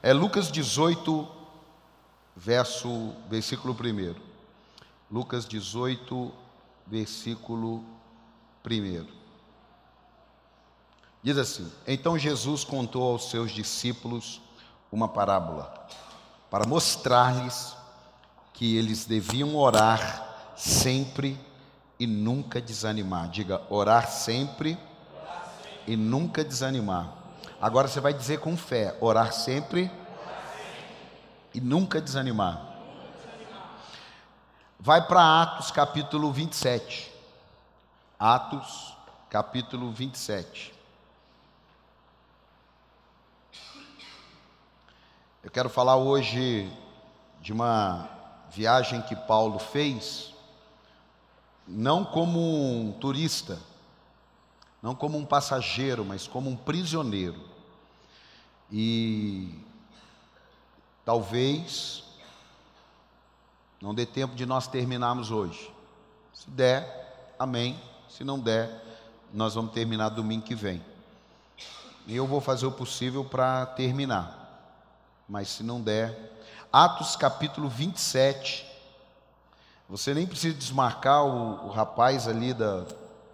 É Lucas 18, versículo 1. Lucas 18, versículo 1. Diz assim: Então Jesus contou aos seus discípulos uma parábola, para mostrar-lhes que eles deviam orar sempre e nunca desanimar. Diga, orar sempre e nunca desanimar. Agora você vai dizer com fé: orar sempre e nunca desanimar. Vai para Atos capítulo 27. Atos capítulo 27. Eu quero falar hoje de uma viagem que Paulo fez, não como um turista, não como um passageiro, mas como um prisioneiro. E talvez não dê tempo de nós terminarmos hoje. Se der, amém. Se não der, nós vamos terminar domingo que vem. E eu vou fazer o possível para terminar. Mas se não der, Atos capítulo 27. Você nem precisa desmarcar o rapaz ali do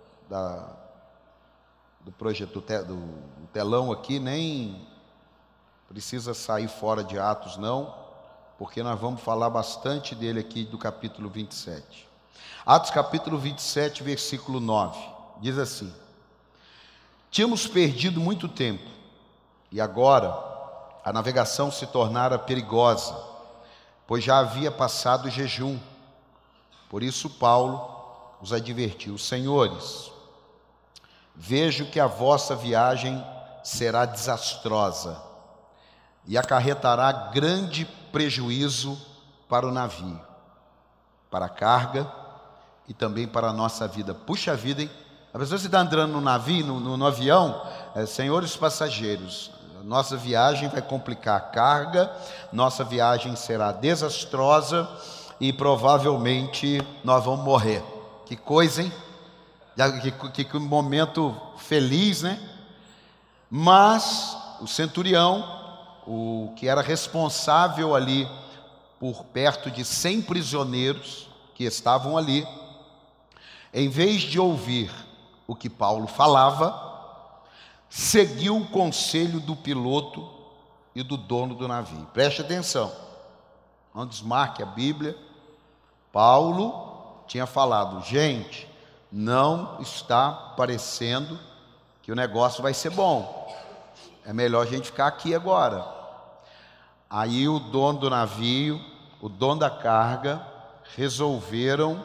projeto, do telão aqui, nem precisa sair fora de Atos não, porque nós vamos falar bastante dele aqui do capítulo 27. Atos capítulo 27, versículo 9, diz assim: Tínhamos perdido muito tempo, e agora a navegação se tornara perigosa, pois já havia passado o jejum. Por isso Paulo os advertiu: Senhores, vejo que a vossa viagem será desastrosa e acarretará grande prejuízo para o navio, para a carga e também para a nossa vida. Puxa vida, hein? A pessoa que está andando no navio, no avião, senhores passageiros, nossa viagem vai complicar a carga, nossa viagem será desastrosa e provavelmente nós vamos morrer. Que coisa, hein? Que momento feliz, né? Mas o centurião, o que era responsável ali por perto de 100 prisioneiros que estavam ali, em vez de ouvir o que Paulo falava, seguiu o conselho do piloto e do dono do navio. Preste atenção, não desmarque a Bíblia. Paulo tinha falado: gente, não está parecendo que o negócio vai ser bom, é melhor a gente ficar aqui agora. Aí o dono do navio, o dono da carga, resolveram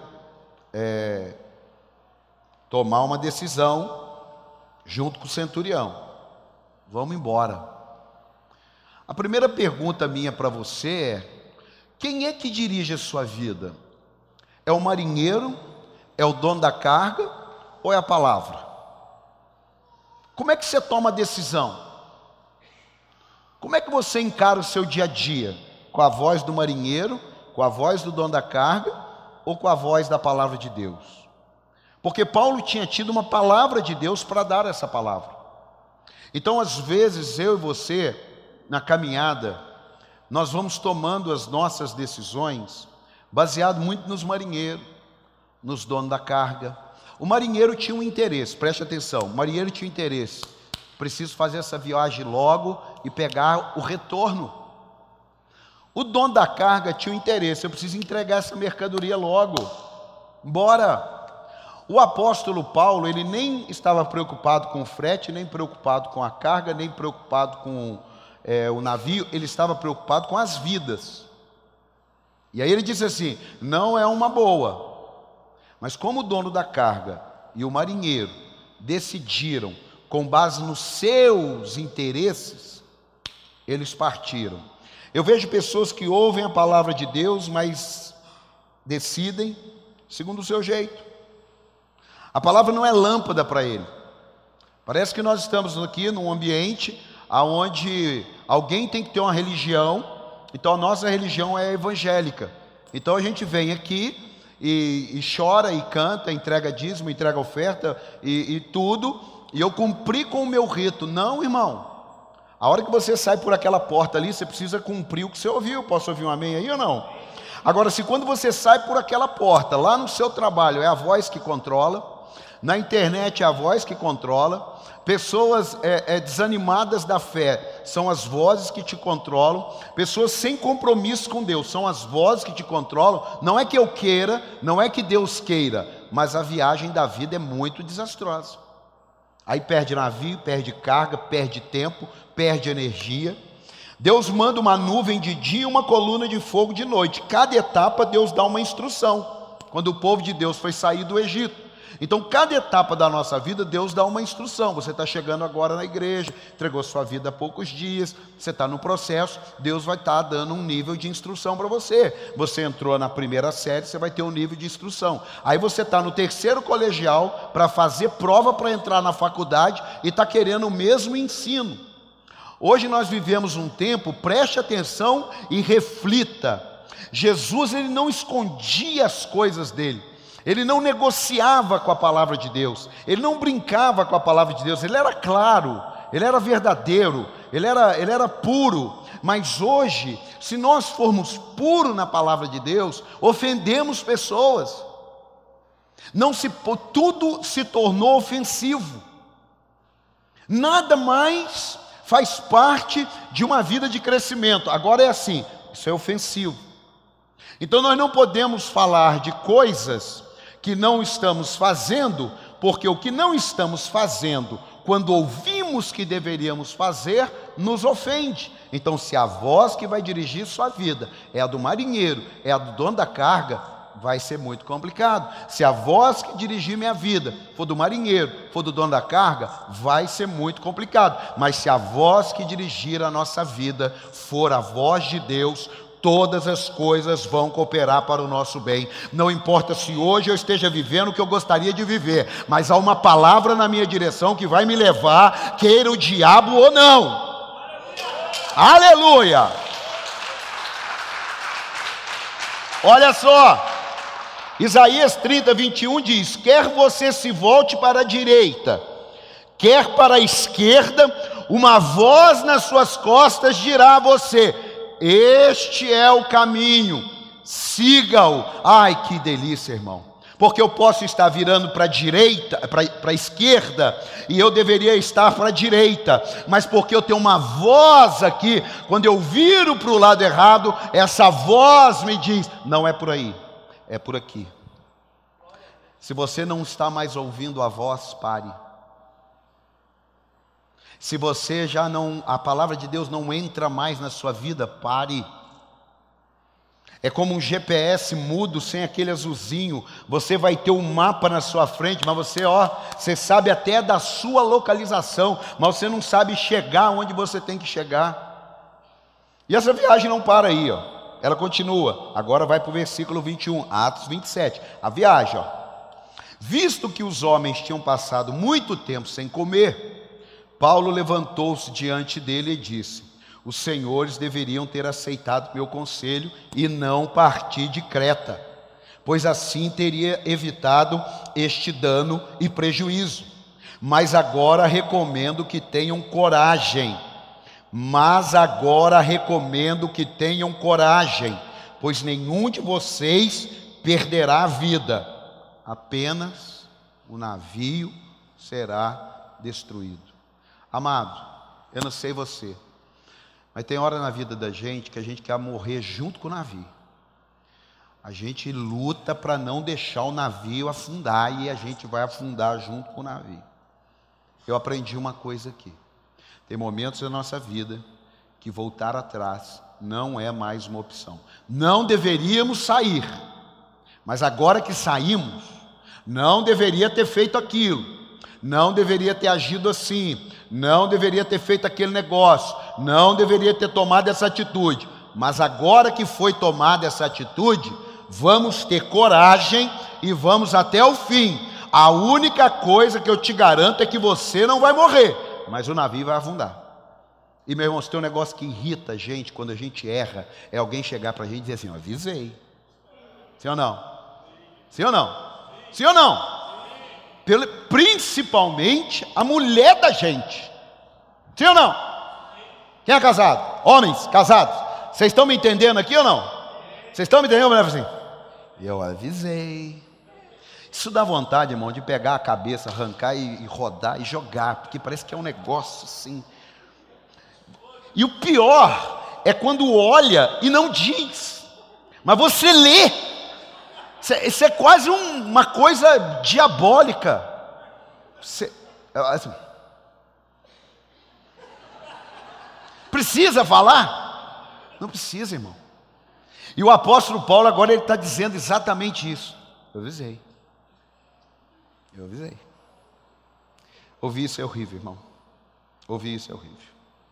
tomar uma decisão junto com o centurião: vamos embora. A primeira pergunta minha para você é: quem é que dirige a sua vida? É o marinheiro? É o dono da carga? Ou é a palavra? Como é que você toma a decisão? Como é que você encara o seu dia a dia? Com a voz do marinheiro, com a voz do dono da carga, ou com a voz da palavra de Deus? Porque Paulo tinha tido uma palavra de Deus para dar essa palavra. Então, às vezes, eu e você, na caminhada, nós vamos tomando as nossas decisões baseado muito nos marinheiros, nos donos da carga. O marinheiro tinha um interesse, preste atenção, o marinheiro tinha um interesse: preciso fazer essa viagem logo e pegar o retorno. O dono da carga tinha um interesse: eu preciso entregar essa mercadoria logo, bora. O apóstolo Paulo, ele nem estava preocupado com o frete, nem preocupado com a carga, nem preocupado com o navio, ele estava preocupado com as vidas. E aí ele disse assim: não é uma boa. Mas como o dono da carga e o marinheiro decidiram, com base nos seus interesses, eles partiram. Eu vejo pessoas que ouvem a palavra de Deus, mas decidem segundo o seu jeito. A palavra não é lâmpada para ele. Parece que nós estamos aqui num ambiente onde alguém tem que ter uma religião, então a nossa religião é evangélica. Então a gente vem aqui e chora e canta, entrega dízimo, entrega oferta e tudo, e eu cumpri com o meu rito. Não, irmão. A hora que você sai por aquela porta ali, você precisa cumprir o que você ouviu. Posso ouvir um amém aí ou não? Agora, se quando você sai por aquela porta, lá no seu trabalho, é a voz que controla, na internet é a voz que controla, pessoas desanimadas da fé são as vozes que te controlam, pessoas sem compromisso com Deus são as vozes que te controlam. Não é que eu queira, não é que Deus queira, mas a viagem da vida é muito desastrosa. Aí perde navio, perde carga, perde tempo, perde energia. Deus manda uma nuvem de dia e uma coluna de fogo de noite. Cada etapa Deus dá uma instrução. Quando o povo de Deus foi sair do Egito, então cada etapa da nossa vida Deus dá uma instrução. Você está chegando agora na igreja, entregou sua vida há poucos dias, você está no processo, Deus vai estar dando um nível de instrução para você. Você entrou na primeira série, você vai ter um nível de instrução. Aí você está no terceiro colegial para fazer prova para entrar na faculdade e está querendo o mesmo ensino. Hoje nós vivemos um tempo, preste atenção e reflita. Jesus, ele não escondia as coisas dele. Ele não negociava com a palavra de Deus, ele não brincava com a palavra de Deus, ele era claro, ele era verdadeiro, ele era puro. Mas hoje, se nós formos puros na palavra de Deus, ofendemos pessoas. Tudo se tornou ofensivo. Nada mais faz parte de uma vida de crescimento. Agora é assim, isso é ofensivo. Então nós não podemos falar de coisas que não estamos fazendo, porque o que não estamos fazendo, quando ouvimos que deveríamos fazer, nos ofende. Então, se a voz que vai dirigir sua vida é a do marinheiro, é a do dono da carga, vai ser muito complicado. Se a voz que dirigir minha vida for do marinheiro, for do dono da carga, vai ser muito complicado. Mas se a voz que dirigir a nossa vida for a voz de Deus, todas as coisas vão cooperar para o nosso bem. Não importa se hoje eu esteja vivendo o que eu gostaria de viver, mas há uma palavra na minha direção que vai me levar, queira o diabo ou não. Aleluia! Olha só, Isaías 30, 21 diz: quer você se volte para a direita, quer para a esquerda, uma voz nas suas costas dirá a você: este é o caminho, siga-o. Ai, que delícia, irmão. Porque eu posso estar virando para a direita, para a esquerda, e eu deveria estar para a direita, mas porque eu tenho uma voz aqui, quando eu viro para o lado errado, essa voz me diz: não é por aí, é por aqui. Se você não está mais ouvindo a voz, pare. Se você já não, a palavra de Deus não entra mais na sua vida, pare. É como um GPS mudo sem aquele azulzinho. Você vai ter um mapa na sua frente, mas você sabe até da sua localização, mas você não sabe chegar onde você tem que chegar. E essa viagem não para aí, ela continua. Agora vai para o versículo 21, Atos 27. A viagem, visto que os homens tinham passado muito tempo sem comer, Paulo levantou-se diante dele e disse: os senhores deveriam ter aceitado meu conselho e não partir de Creta, pois assim teria evitado este dano e prejuízo. Mas agora recomendo que tenham coragem. Pois nenhum de vocês perderá a vida, apenas o navio será destruído. Amado, eu não sei você, mas tem hora na vida da gente que a gente quer morrer junto com o navio. A gente luta para não deixar o navio afundar, e a gente vai afundar junto com o navio. Eu aprendi uma coisa aqui: tem momentos da nossa vida que voltar atrás não é mais uma opção. Não deveríamos sair, mas agora que saímos, não deveria ter feito aquilo, não deveria ter agido assim, não deveria ter feito aquele negócio, não deveria ter tomado essa atitude. Mas agora que foi tomada essa atitude, vamos ter coragem e vamos até o fim. A única coisa que eu te garanto é que você não vai morrer, mas o navio vai afundar. E, meu irmão, se tem um negócio que irrita a gente quando a gente erra, é alguém chegar para a gente e dizer assim: eu avisei. Sim ou não? Sim ou não? Sim ou não? Principalmente a mulher da gente. Sim ou não? Quem é casado? Homens casados. Vocês estão me entendendo aqui ou não? Vocês estão me entendendo? Mulher assim, eu avisei. Isso dá vontade, irmão, de pegar a cabeça, arrancar e rodar e jogar, porque parece que é um negócio assim. E o pior é quando olha e não diz, mas você lê. Isso é quase uma coisa diabólica. Assim, precisa falar? Não precisa, irmão. E o apóstolo Paulo agora ele está dizendo exatamente isso. Eu avisei. Ouvir isso é horrível, irmão. Ouvir isso é horrível.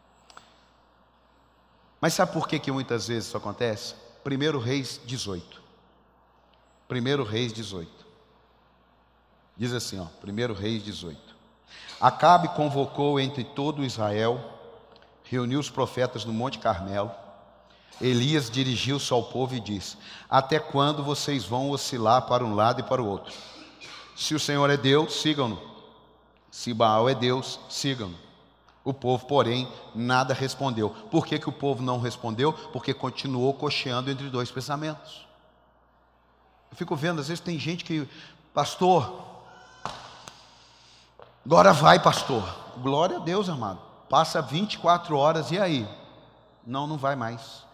Mas sabe por que muitas vezes isso acontece? 1 Reis 18. 1 Reis 18. Diz assim, ó, 1 Reis 18. Acabe convocou entre todo Israel, reuniu os profetas no Monte Carmelo. Elias dirigiu-se ao povo e disse: até quando vocês vão oscilar para um lado e para o outro? Se o Senhor é Deus, sigam-no. Se Baal é Deus, sigam-no. O povo, porém, nada respondeu. Por que o povo não respondeu? Porque continuou cocheando entre dois pensamentos. Eu fico vendo, às vezes tem gente que, pastor, agora vai, pastor. Glória a Deus, amado. Passa 24 horas, e aí? Não vai mais.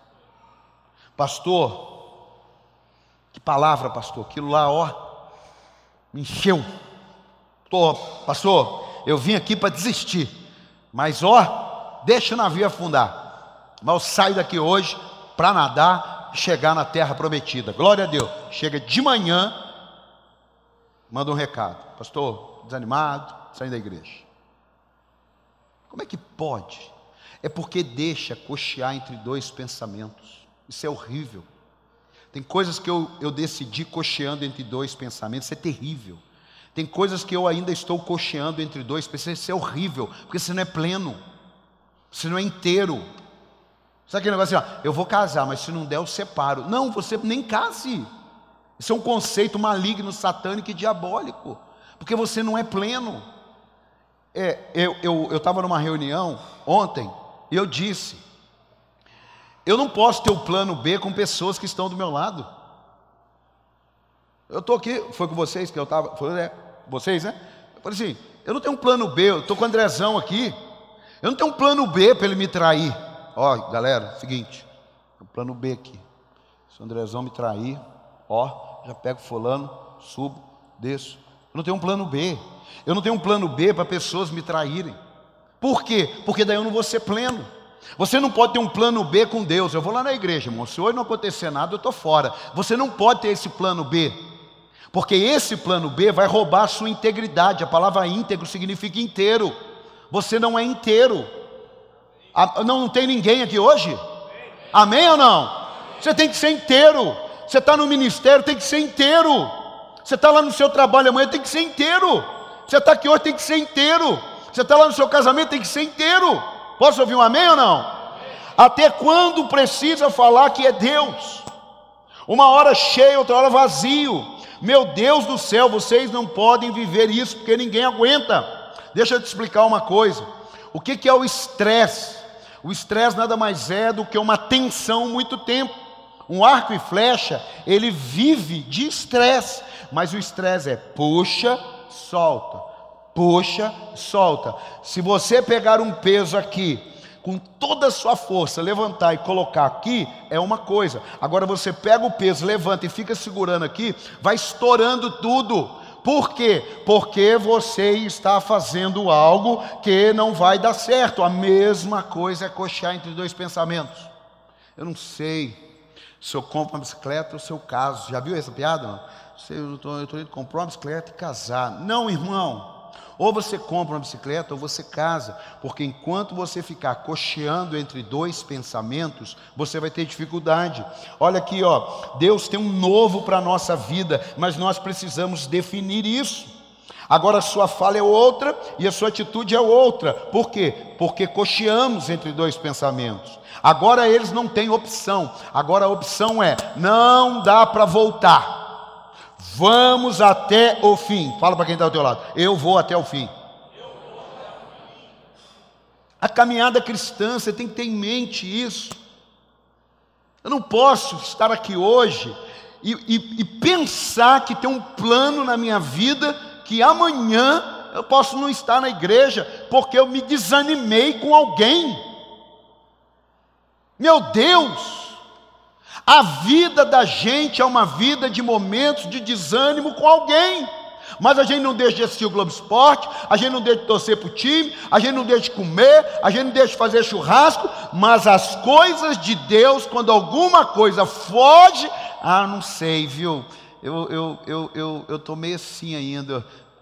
Pastor, que palavra, pastor, aquilo lá, ó, me encheu. Pastor, eu vim aqui para desistir, mas ó, deixa o navio afundar, mas eu saio daqui hoje para nadar e chegar na terra prometida. Glória a Deus. Chega de manhã, manda um recado: pastor, desanimado, saindo da igreja. Como é que pode? É porque deixa cochear entre dois pensamentos. Isso é horrível. Tem coisas que eu decidi cocheando entre dois pensamentos. Isso é terrível. Tem coisas que eu ainda estou cocheando entre dois pensamentos. Isso é horrível, porque você não é pleno, você não é inteiro. Sabe aquele negócio assim, ó, eu vou casar, mas se não der eu separo. Não, você nem case. Isso é um conceito maligno, satânico e diabólico, porque você não é pleno. Eu estava numa reunião ontem e eu disse: eu não posso ter o plano B com pessoas que estão do meu lado. Eu estou aqui, foi com vocês que eu estava, vocês, né? Eu falei assim, eu não tenho um plano B, eu estou com o Andrezão aqui, eu não tenho um plano B para ele me trair. Ó, galera, seguinte, o plano B aqui, se o Andrezão me trair, ó, já pego fulano, subo, desço. Eu não tenho um plano B. Eu não tenho um plano B para pessoas me traírem. Por quê? Porque daí eu não vou ser pleno. Você não pode ter um plano B com Deus. Eu vou lá na igreja, irmão, se hoje não acontecer nada, eu estou fora. Você não pode ter esse plano B, porque esse plano B vai roubar a sua integridade. A palavra íntegro significa inteiro. Você não é inteiro. Não tem ninguém aqui hoje? Amém ou não? Você tem que ser inteiro. Você está no ministério, tem que ser inteiro. Você está lá no seu trabalho amanhã, tem que ser inteiro. Você está aqui hoje, tem que ser inteiro. Você está lá no seu casamento, tem que ser inteiro. Posso ouvir um amém ou não? Até quando precisa falar que é Deus? Uma hora cheio, outra hora vazio. Meu Deus do céu, vocês não podem viver isso, porque ninguém aguenta. Deixa eu te explicar uma coisa. O que é o estresse? O estresse nada mais é do que uma tensão muito tempo. Um arco e flecha, ele vive de estresse, mas o estresse é puxa, solta, puxa, solta. Se você pegar um peso aqui, com toda a sua força, levantar e colocar aqui, é uma coisa. Agora você pega o peso, levanta e fica segurando aqui, vai estourando tudo. Por quê? Porque você está fazendo algo que não vai dar certo. A mesma coisa é coxear entre dois pensamentos. Eu não sei se eu compro uma bicicleta ou se eu caso. Já viu essa piada? Eu estou indo comprar uma bicicleta e casar. Não, irmão. Ou você compra uma bicicleta ou você casa. Porque enquanto você ficar cocheando entre dois pensamentos, você vai ter dificuldade. Olha aqui, ó. Deus tem um novo para a nossa vida, mas nós precisamos definir isso. Agora a sua fala é outra e a sua atitude é outra. Por quê? Porque cocheamos entre dois pensamentos. Agora eles não têm opção. Agora a opção é: não dá para voltar. Vamos até o fim. Fala para quem está ao teu lado: eu vou até o fim. A caminhada cristã, você tem que ter em mente isso. Eu não posso estar aqui hoje e pensar que tem um plano na minha vida, que amanhã eu posso não estar na igreja, porque eu me desanimei com alguém. Meu Deus! A vida da gente é uma vida de momentos de desânimo com alguém. Mas a gente não deixa de assistir o Globo Esporte, a gente não deixa de torcer para o time, a gente não deixa de comer, a gente não deixa de fazer churrasco, mas as coisas de Deus, quando alguma coisa foge, não sei, viu? Eu tô meio assim ainda.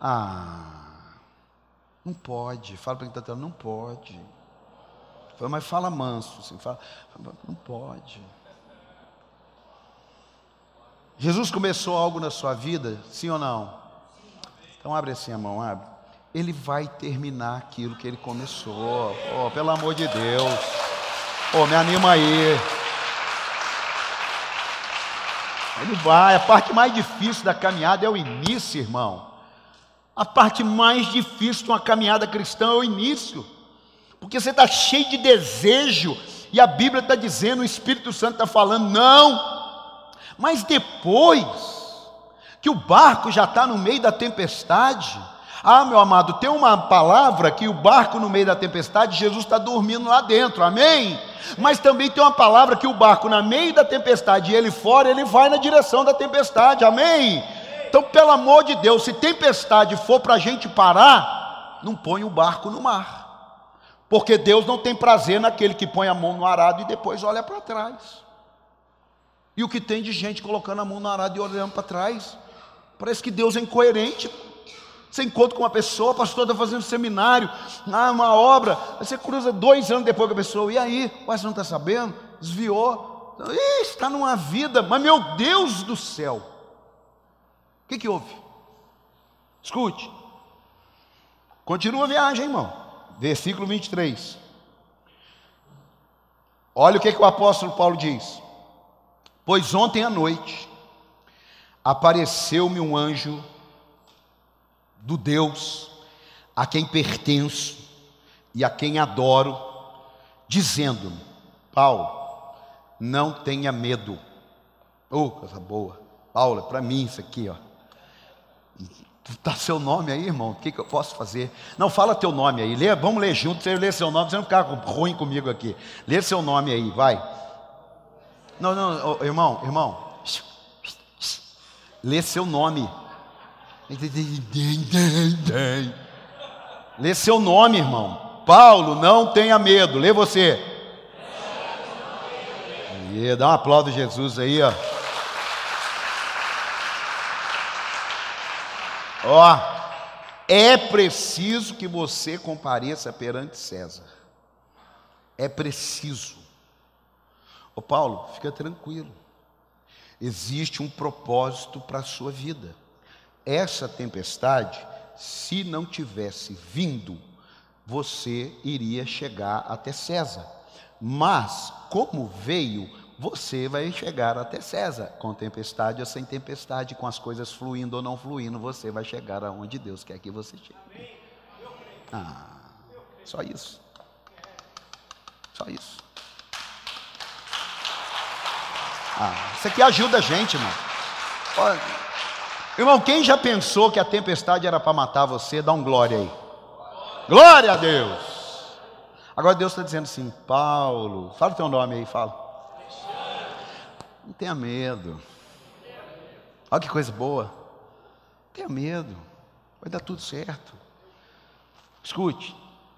Não pode. Fala para quem está tentando, não pode. Mas fala manso, assim, não pode. Jesus começou algo na sua vida, sim ou não? Então abre assim a mão, abre. Ele vai terminar aquilo que ele começou. Pelo amor de Deus. Me anima aí. Ele vai. A parte mais difícil da caminhada é o início, irmão. A parte mais difícil de uma caminhada cristã é o início. Porque você está cheio de desejo. E a Bíblia está dizendo, o Espírito Santo está falando, não. Mas depois que o barco já está no meio da tempestade. Meu amado, tem uma palavra que o barco no meio da tempestade, Jesus está dormindo lá dentro, amém? Mas também tem uma palavra que o barco no meio da tempestade e ele fora, ele vai na direção da tempestade, amém? Então, pelo amor de Deus, se tempestade for para a gente parar, não põe o barco no mar. Porque Deus não tem prazer naquele que põe a mão no arado e depois olha para trás. E o que tem de gente colocando a mão no arado e olhando para trás? Parece que Deus é incoerente. Você encontra com uma pessoa, pastor está fazendo seminário, uma obra, você cruza 2 anos depois com a pessoa, e aí? Você não está sabendo? Desviou. Está numa vida, mas meu Deus do céu, o que houve? Escute, continua a viagem, irmão. Versículo 23. Olha o que o apóstolo Paulo diz. Pois ontem à noite apareceu-me um anjo do Deus a quem pertenço e a quem adoro, dizendo-me: Paulo, não tenha medo. Coisa boa. Paulo, é para mim isso aqui, Está seu nome aí, irmão? O que eu posso fazer? Não, fala teu nome aí. Vamos ler junto. Você lê seu nome, você não ficar ruim comigo aqui. Lê seu nome aí, vai. Não, irmão. Lê seu nome. Lê seu nome, irmão. Paulo, não tenha medo. Lê você. Dá um aplauso a Jesus aí, É preciso que você compareça perante César. É preciso. Paulo, fica tranquilo. Existe um propósito para a sua vida. Essa tempestade, se não tivesse vindo, você iria chegar até César. Mas, como veio, você vai chegar até César. Com tempestade ou sem tempestade, com as coisas fluindo ou não fluindo, você vai chegar aonde Deus quer que você chegue. Só isso. Só isso. Isso aqui ajuda a gente, irmão. Irmão, quem já pensou que a tempestade era para matar você, dá um glória aí. Glória a Deus. Agora Deus está dizendo assim: Paulo, fala o teu nome aí, fala. Não tenha medo. Olha que coisa boa. Não tenha medo. Vai dar tudo certo. Escute.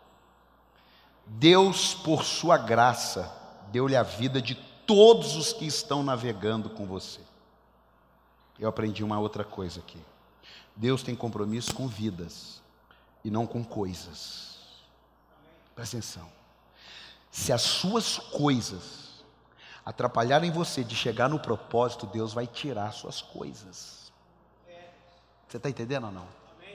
Deus, por sua graça, deu-lhe a vida de todos os que estão navegando com você. Eu aprendi uma outra coisa aqui. Deus tem compromisso com vidas e não com coisas. Presta atenção. Se as suas coisas atrapalharem você de chegar no propósito, Deus vai tirar suas coisas. Você está entendendo ou não?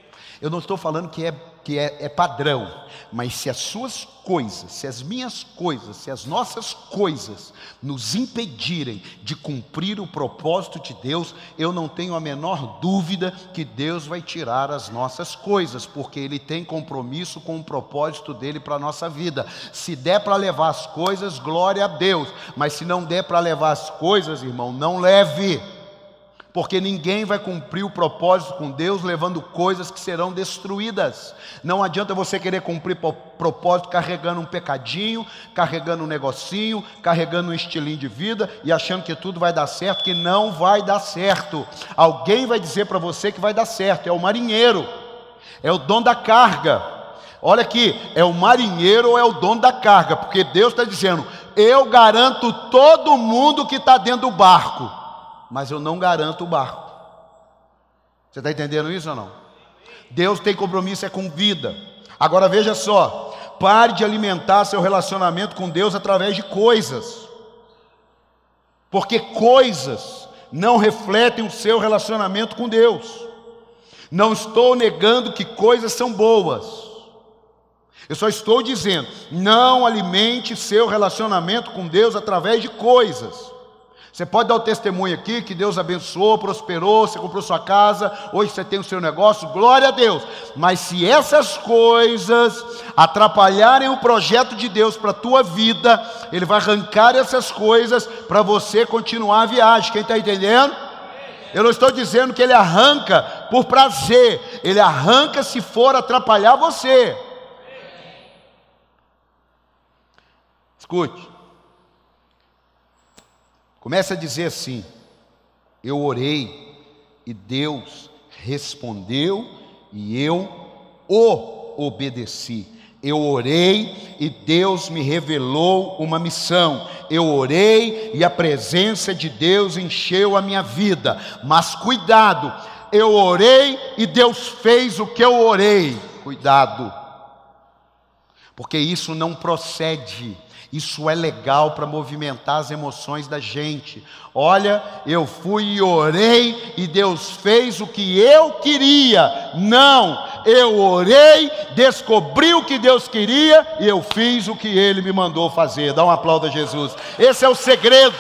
Eu não estou falando que é padrão, mas se as suas coisas, se as minhas coisas, se as nossas coisas nos impedirem de cumprir o propósito de Deus, eu não tenho a menor dúvida que Deus vai tirar as nossas coisas, porque Ele tem compromisso com o propósito dEle para a nossa vida. Se der para levar as coisas, glória a Deus, mas se não der para levar as coisas, irmão, não leve. Porque ninguém vai cumprir o propósito com Deus levando coisas que serão destruídas. Não adianta você querer cumprir o propósito carregando um pecadinho, carregando um negocinho, carregando um estilinho de vida e achando que tudo vai dar certo, que não vai dar certo. Alguém vai dizer para você que vai dar certo, é o marinheiro, é o dono da carga. Olha aqui, é o marinheiro ou é o dono da carga, porque Deus está dizendo, eu garanto todo mundo que está dentro do barco, mas eu não garanto o barco. Você está entendendo isso ou não? Deus tem compromisso com vida. Agora veja só, pare de alimentar seu relacionamento com Deus através de coisas, porque coisas não refletem o seu relacionamento com Deus. Não estou negando que coisas são boas, eu só estou dizendo, não alimente seu relacionamento com Deus através de coisas. Você pode dar o testemunho aqui que Deus abençoou, prosperou, você comprou sua casa, hoje você tem o seu negócio, glória a Deus. Mas se essas coisas atrapalharem o projeto de Deus para a tua vida, Ele vai arrancar essas coisas para você continuar a viagem. Quem está entendendo? Eu não estou dizendo que Ele arranca por prazer, Ele arranca se for atrapalhar você. Escute. Comece a dizer assim, eu orei e Deus respondeu e eu o obedeci. Eu orei e Deus me revelou uma missão. Eu orei e a presença de Deus encheu a minha vida. Mas cuidado, eu orei e Deus fez o que eu orei. Cuidado, porque isso não procede. Isso é legal para movimentar as emoções da gente. Olha, eu fui e orei e Deus fez o que eu queria. Não, eu orei, descobri o que Deus queria e eu fiz o que Ele me mandou fazer. Dá um aplauso a Jesus. Esse é o segredo.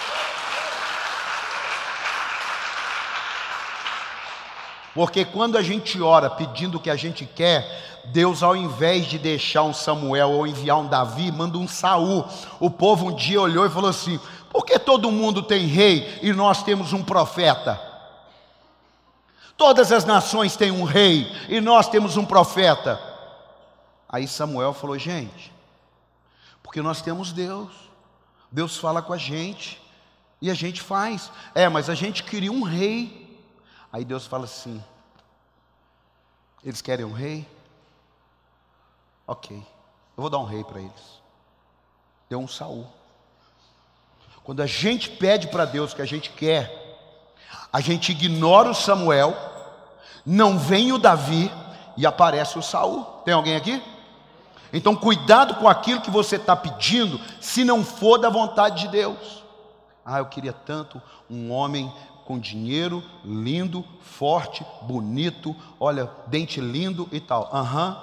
Porque quando a gente ora pedindo o que a gente quer, Deus, ao invés de deixar um Samuel ou enviar um Davi, manda um Saul. O povo um dia olhou e falou assim, por que todo mundo tem rei e nós temos um profeta? Todas as nações têm um rei e nós temos um profeta. Aí Samuel falou, gente, porque nós temos Deus. Deus fala com a gente e a gente faz. Mas a gente queria um rei. Aí Deus fala assim, eles querem um rei? Ok, eu vou dar um rei para eles. Deu um Saul. Quando a gente pede para Deus o que a gente quer, a gente ignora o Samuel, não vem o Davi e aparece o Saul. Tem alguém aqui? Então cuidado com aquilo que você está pedindo, se não for da vontade de Deus. Eu queria tanto um homem com dinheiro, lindo, forte, bonito, olha, dente lindo e tal.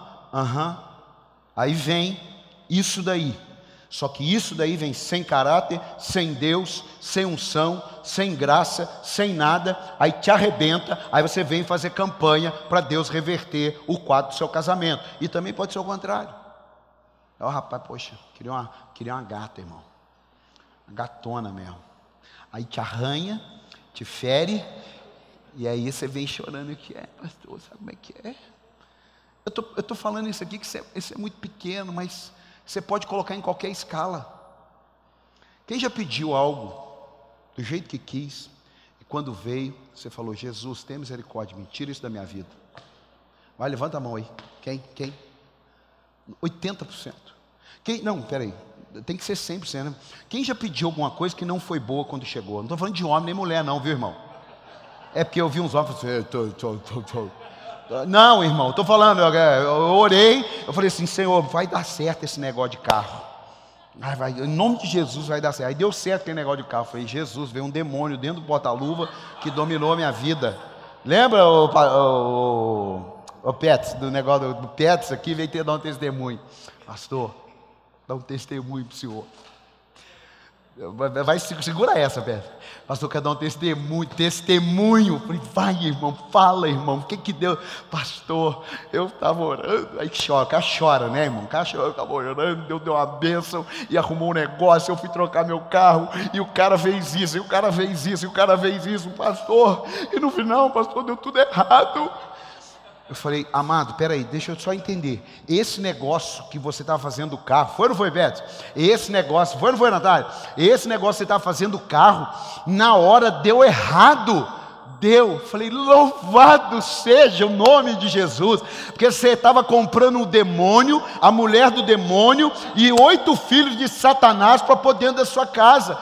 Aí vem isso daí. Só que isso daí vem sem caráter, sem Deus, sem unção, sem graça, sem nada. Aí te arrebenta, aí você vem fazer campanha para Deus reverter o quadro do seu casamento. E também pode ser o contrário. Rapaz, poxa, queria uma gata, irmão. Uma gatona mesmo. Aí te arranha, te fere, e aí você vem chorando, que pastor, sabe como é que é? Eu estou falando isso aqui, que isso é muito pequeno, mas você pode colocar em qualquer escala. Quem já pediu algo do jeito que quis, e quando veio, você falou, Jesus, tenha misericórdia, me tira isso da minha vida. Vai, levanta a mão aí. Quem? 80%. Não, peraí, tem que ser 100%, né? Quem já pediu alguma coisa que não foi boa quando chegou? Não estou falando de homem nem mulher não, viu, irmão? É porque eu vi uns homens e falei, não, irmão, estou falando, eu orei, eu falei assim, Senhor, vai dar certo esse negócio de carro. Vai, em nome de Jesus vai dar certo. Aí deu certo aquele negócio de carro. Eu falei, Jesus, veio um demônio dentro do porta-luva que dominou a minha vida. Lembra, O Pets, do negócio do Pets aqui, veio ter dar um testemunho. Pastor, dá um testemunho para o senhor. Vai, segura essa, Pets. Pastor, quer dar um testemunho. Falei, vai, irmão, fala, irmão, o que deu? Pastor, eu estava orando, aí chora, o cara chora, né, irmão? O cara chora, eu estava orando, Deus deu uma bênção e arrumou um negócio, eu fui trocar meu carro, e o cara fez isso, e o cara fez isso, e o cara fez isso, pastor, e no final, pastor, deu tudo errado. Eu falei, amado, peraí, deixa eu só entender. Esse negócio que você estava fazendo do carro, foi ou não foi, Beto? Esse negócio, foi ou não foi, Natália? Esse negócio que você estava fazendo do carro, na hora deu errado. Deu. Falei, louvado seja o nome de Jesus. Porque você estava comprando um demônio, a mulher do demônio e 8 filhos de Satanás para pôr dentro da sua casa.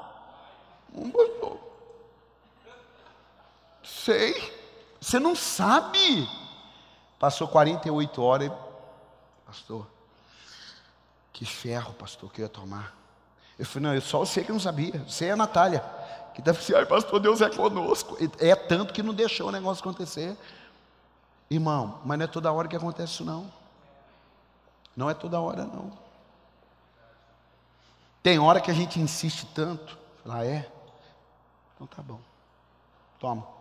Sei. Você não sabe. Passou 48 horas, pastor, que ferro, pastor, que eu ia tomar. Eu falei, não, eu só sei que eu não sabia, você é a Natália, que deve ser, ai pastor, Deus é conosco. É tanto que não deixou o negócio acontecer. Irmão, mas não é toda hora que acontece isso não. Não é toda hora não. Tem hora que a gente insiste tanto. Ah, é? Então tá bom, toma.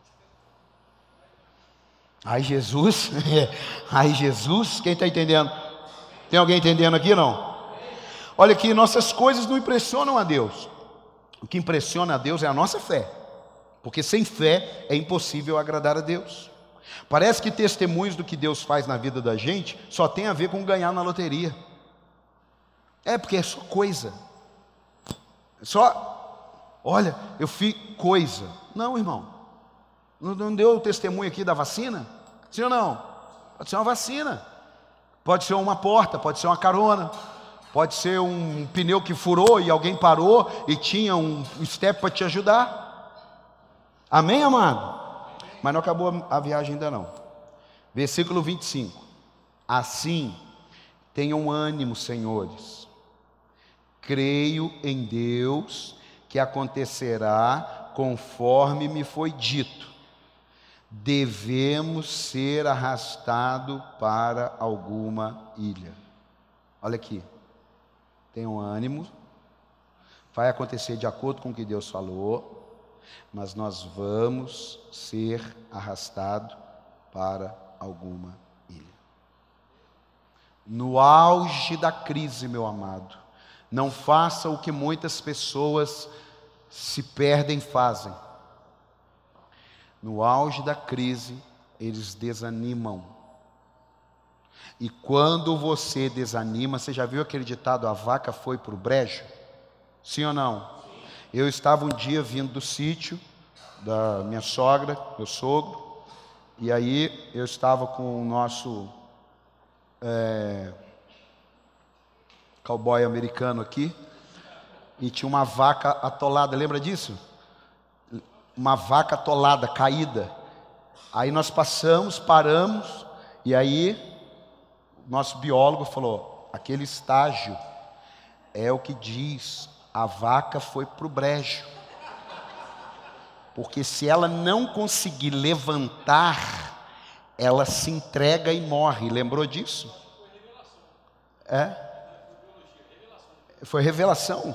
Ai Jesus, ai Jesus, quem está entendendo? Tem alguém entendendo aqui não? Olha aqui, nossas coisas não impressionam a Deus. O que impressiona a Deus é a nossa fé, porque sem fé é impossível agradar a Deus. Parece que testemunhos do que Deus faz na vida da gente só tem a ver com ganhar na loteria. É porque é só coisa. Só, olha, eu fiz coisa. Não, irmão. Não deu o testemunho aqui da vacina? Sim ou não? Pode ser uma vacina, pode ser uma porta, pode ser uma carona, pode ser um pneu que furou e alguém parou e tinha um step para te ajudar. Amém, amado? Mas não acabou a viagem ainda não. Versículo 25. Assim, tenham ânimo, senhores. Creio em Deus que acontecerá conforme me foi dito. Devemos ser arrastados para alguma ilha. Olha aqui, tenham ânimo, vai acontecer de acordo com o que Deus falou, mas nós vamos ser arrastados para alguma ilha. No auge da crise, meu amado, não faça o que muitas pessoas se perdem fazem. No auge da crise, eles desanimam. E quando você desanima, você já viu aquele ditado, a vaca foi para o brejo? Sim ou não? Sim. Eu estava um dia vindo do sítio da minha sogra, meu sogro, e aí eu estava com o nosso cowboy americano aqui, e tinha uma vaca atolada, lembra disso? Uma vaca atolada, caída. Aí nós paramos, e aí nosso biólogo falou, aquele estágio é o que diz, a vaca foi para o brejo. Porque se ela não conseguir levantar, ela se entrega e morre. Lembrou disso? É? Foi revelação.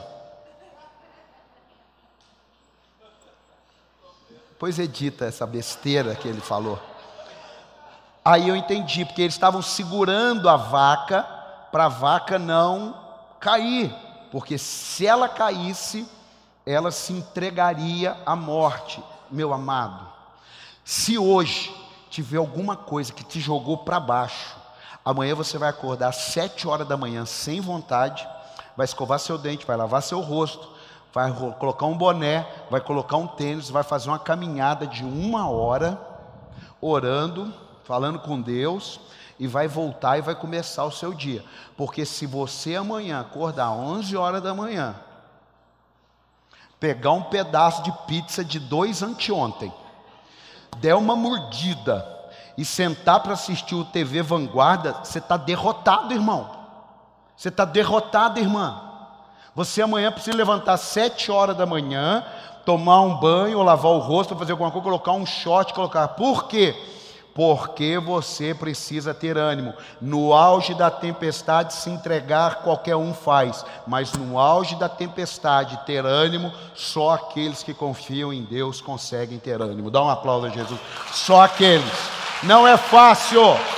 Pois edita essa besteira que ele falou. Aí eu entendi, porque eles estavam segurando a vaca, para a vaca não cair, porque se ela caísse, ela se entregaria à morte. Meu amado, se hoje tiver alguma coisa que te jogou para baixo, amanhã você vai acordar às 7 horas da manhã, sem vontade, vai escovar seu dente, vai lavar seu rosto, vai colocar um boné, vai colocar um tênis, vai fazer uma caminhada de 1 hora, orando, falando com Deus, e vai voltar e vai começar o seu dia. Porque se você amanhã acordar às 11 horas da manhã, pegar um pedaço de pizza de 2 anteontem, der uma mordida e sentar para assistir o TV Vanguarda, você está derrotado, irmão. Você está derrotado, irmã. Você amanhã precisa levantar às 7 horas da manhã, tomar um banho, ou lavar o rosto, fazer alguma coisa, colocar um short, colocar. Por quê? Porque você precisa ter ânimo. No auge da tempestade, se entregar qualquer um faz, mas no auge da tempestade, ter ânimo, só aqueles que confiam em Deus conseguem ter ânimo. Dá um aplauso a Jesus. Só aqueles. Não é fácil,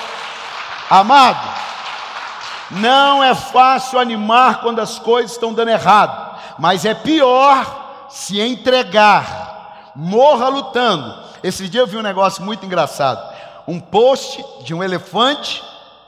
amado, não é fácil animar quando as coisas estão dando errado, mas é pior se entregar. Morra lutando. Esse dia eu vi um negócio muito engraçado. Um post de um elefante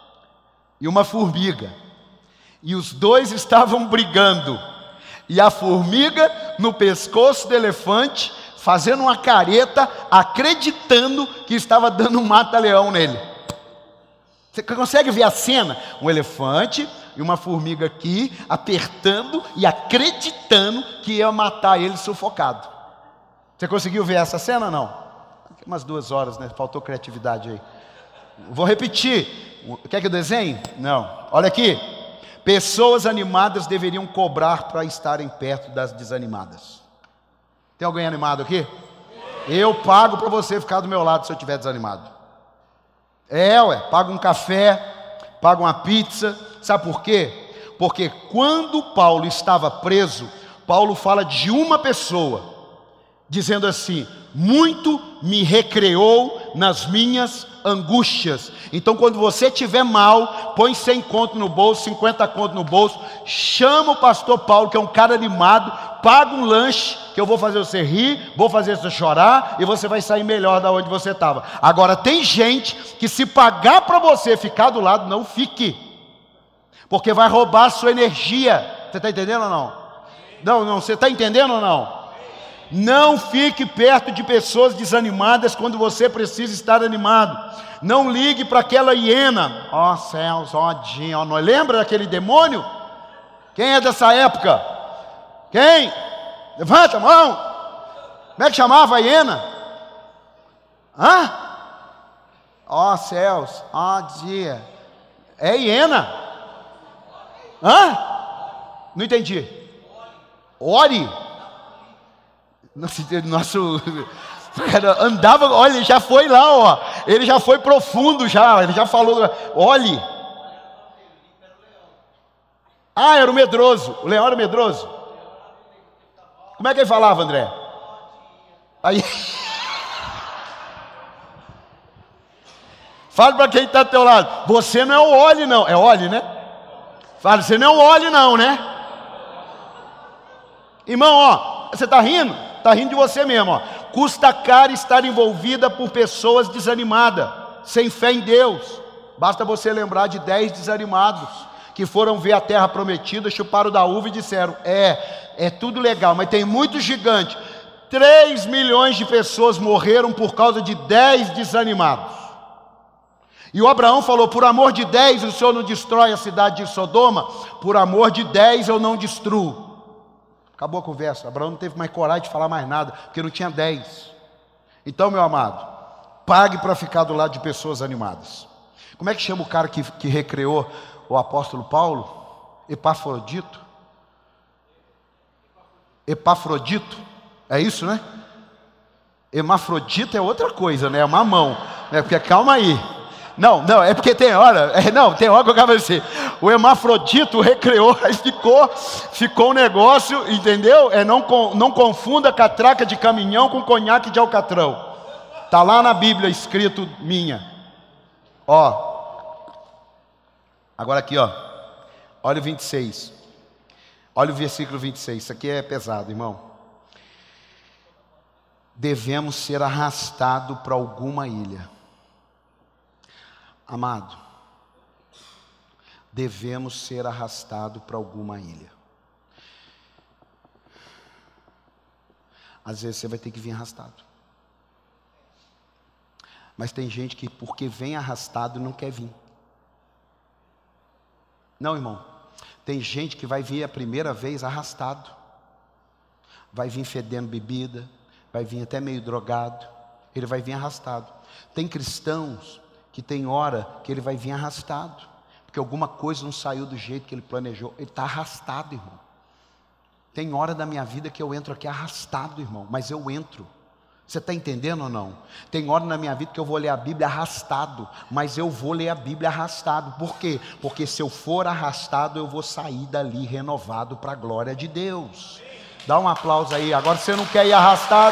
e uma formiga, e os dois estavam brigando, e a formiga no pescoço do elefante, fazendo uma careta, acreditando que estava dando um mata-leão nele. Você consegue ver a cena? Um elefante e uma formiga aqui, apertando e acreditando que ia matar ele sufocado. Você conseguiu ver essa cena ou não? Umas 2 horas, né? Faltou criatividade aí. Vou repetir. Quer que eu desenhe? Não. Olha aqui. Pessoas animadas deveriam cobrar para estarem perto das desanimadas. Tem alguém animado aqui? Eu pago para você ficar do meu lado se eu estiver desanimado. Pago um café, pago uma pizza. Sabe por quê? Porque quando Paulo estava preso, Paulo fala de uma pessoa, dizendo assim: muito me recreou nas minhas angústias. Então quando você estiver mal, põe 100 conto no bolso, 50 conto no bolso, chama o pastor Paulo, que é um cara animado, paga um lanche, que eu vou fazer você rir, vou fazer você chorar, e você vai sair melhor da onde você estava. Agora tem gente que, se pagar para você ficar do lado, não fique, porque vai roubar a sua energia. Você está entendendo ou não? Não, você está entendendo ou não? Não fique perto de pessoas desanimadas quando você precisa estar animado. Não ligue para aquela hiena. Ó céus, ó dia, ó nós. Lembra daquele demônio? Quem é dessa época? Quem? Levanta a mão. Como é que chamava a hiena? Ó céus, ó dia. É hiena. Não entendi. Ore. Nosso cara andava, olha, ele já foi lá, ó. Ele já foi profundo, ele já falou. Olhe. Era o medroso. O leão era o medroso. Como é que ele falava, André? Aí. Fala para quem está do teu lado. Você não é o olhe, não. É olhe, né? Fala, você não é o olhe, não, né? Irmão, ó, você está rindo? Está rindo de você mesmo, ó. Custa caro estar envolvida por pessoas desanimadas, sem fé em Deus. Basta você lembrar de 10 desanimados que foram ver a terra prometida, chuparam da uva e disseram: é tudo legal, mas tem muito gigante. 3 milhões de pessoas morreram por causa de 10 desanimados. E o Abraão falou: por amor de 10 o Senhor não destrói a cidade de Sodoma, por amor de 10 eu não destruo. Acabou a conversa. Abraão não teve mais coragem de falar mais nada, porque não tinha 10. Então, meu amado, pague para ficar do lado de pessoas animadas. Como é que chama o cara que recreou o apóstolo Paulo? Epafrodito? Epafrodito? É isso, né? Hermafrodito é outra coisa, né? É mamão. Porque calma aí. Não, é porque tem hora. Tem hora que eu acabo assim. O hermafrodito recreou, aí ficou um negócio, entendeu? Não confunda catraca de caminhão com conhaque de alcatrão. Está lá na Bíblia escrito minha. Agora aqui, olha o 26. Olha o versículo 26. Isso aqui é pesado, irmão. Devemos ser arrastados para alguma ilha. Amado, devemos ser arrastados para alguma ilha. Às vezes você vai ter que vir arrastado. Mas tem gente que, porque vem arrastado, não quer vir. Não, irmão. Tem gente que vai vir a primeira vez arrastado. Vai vir fedendo bebida, vai vir até meio drogado. Ele vai vir arrastado. Tem cristãos que tem hora que ele vai vir arrastado, porque alguma coisa não saiu do jeito que ele planejou. Ele está arrastado, irmão. Tem hora da minha vida que eu entro aqui arrastado, irmão, mas eu entro. Você está entendendo ou não? Tem hora na minha vida que eu vou ler a Bíblia arrastado, mas eu vou ler a Bíblia arrastado. Por quê? Porque se eu for arrastado, eu vou sair dali renovado para a glória de Deus. Dá um aplauso aí. Agora você não quer ir arrastado?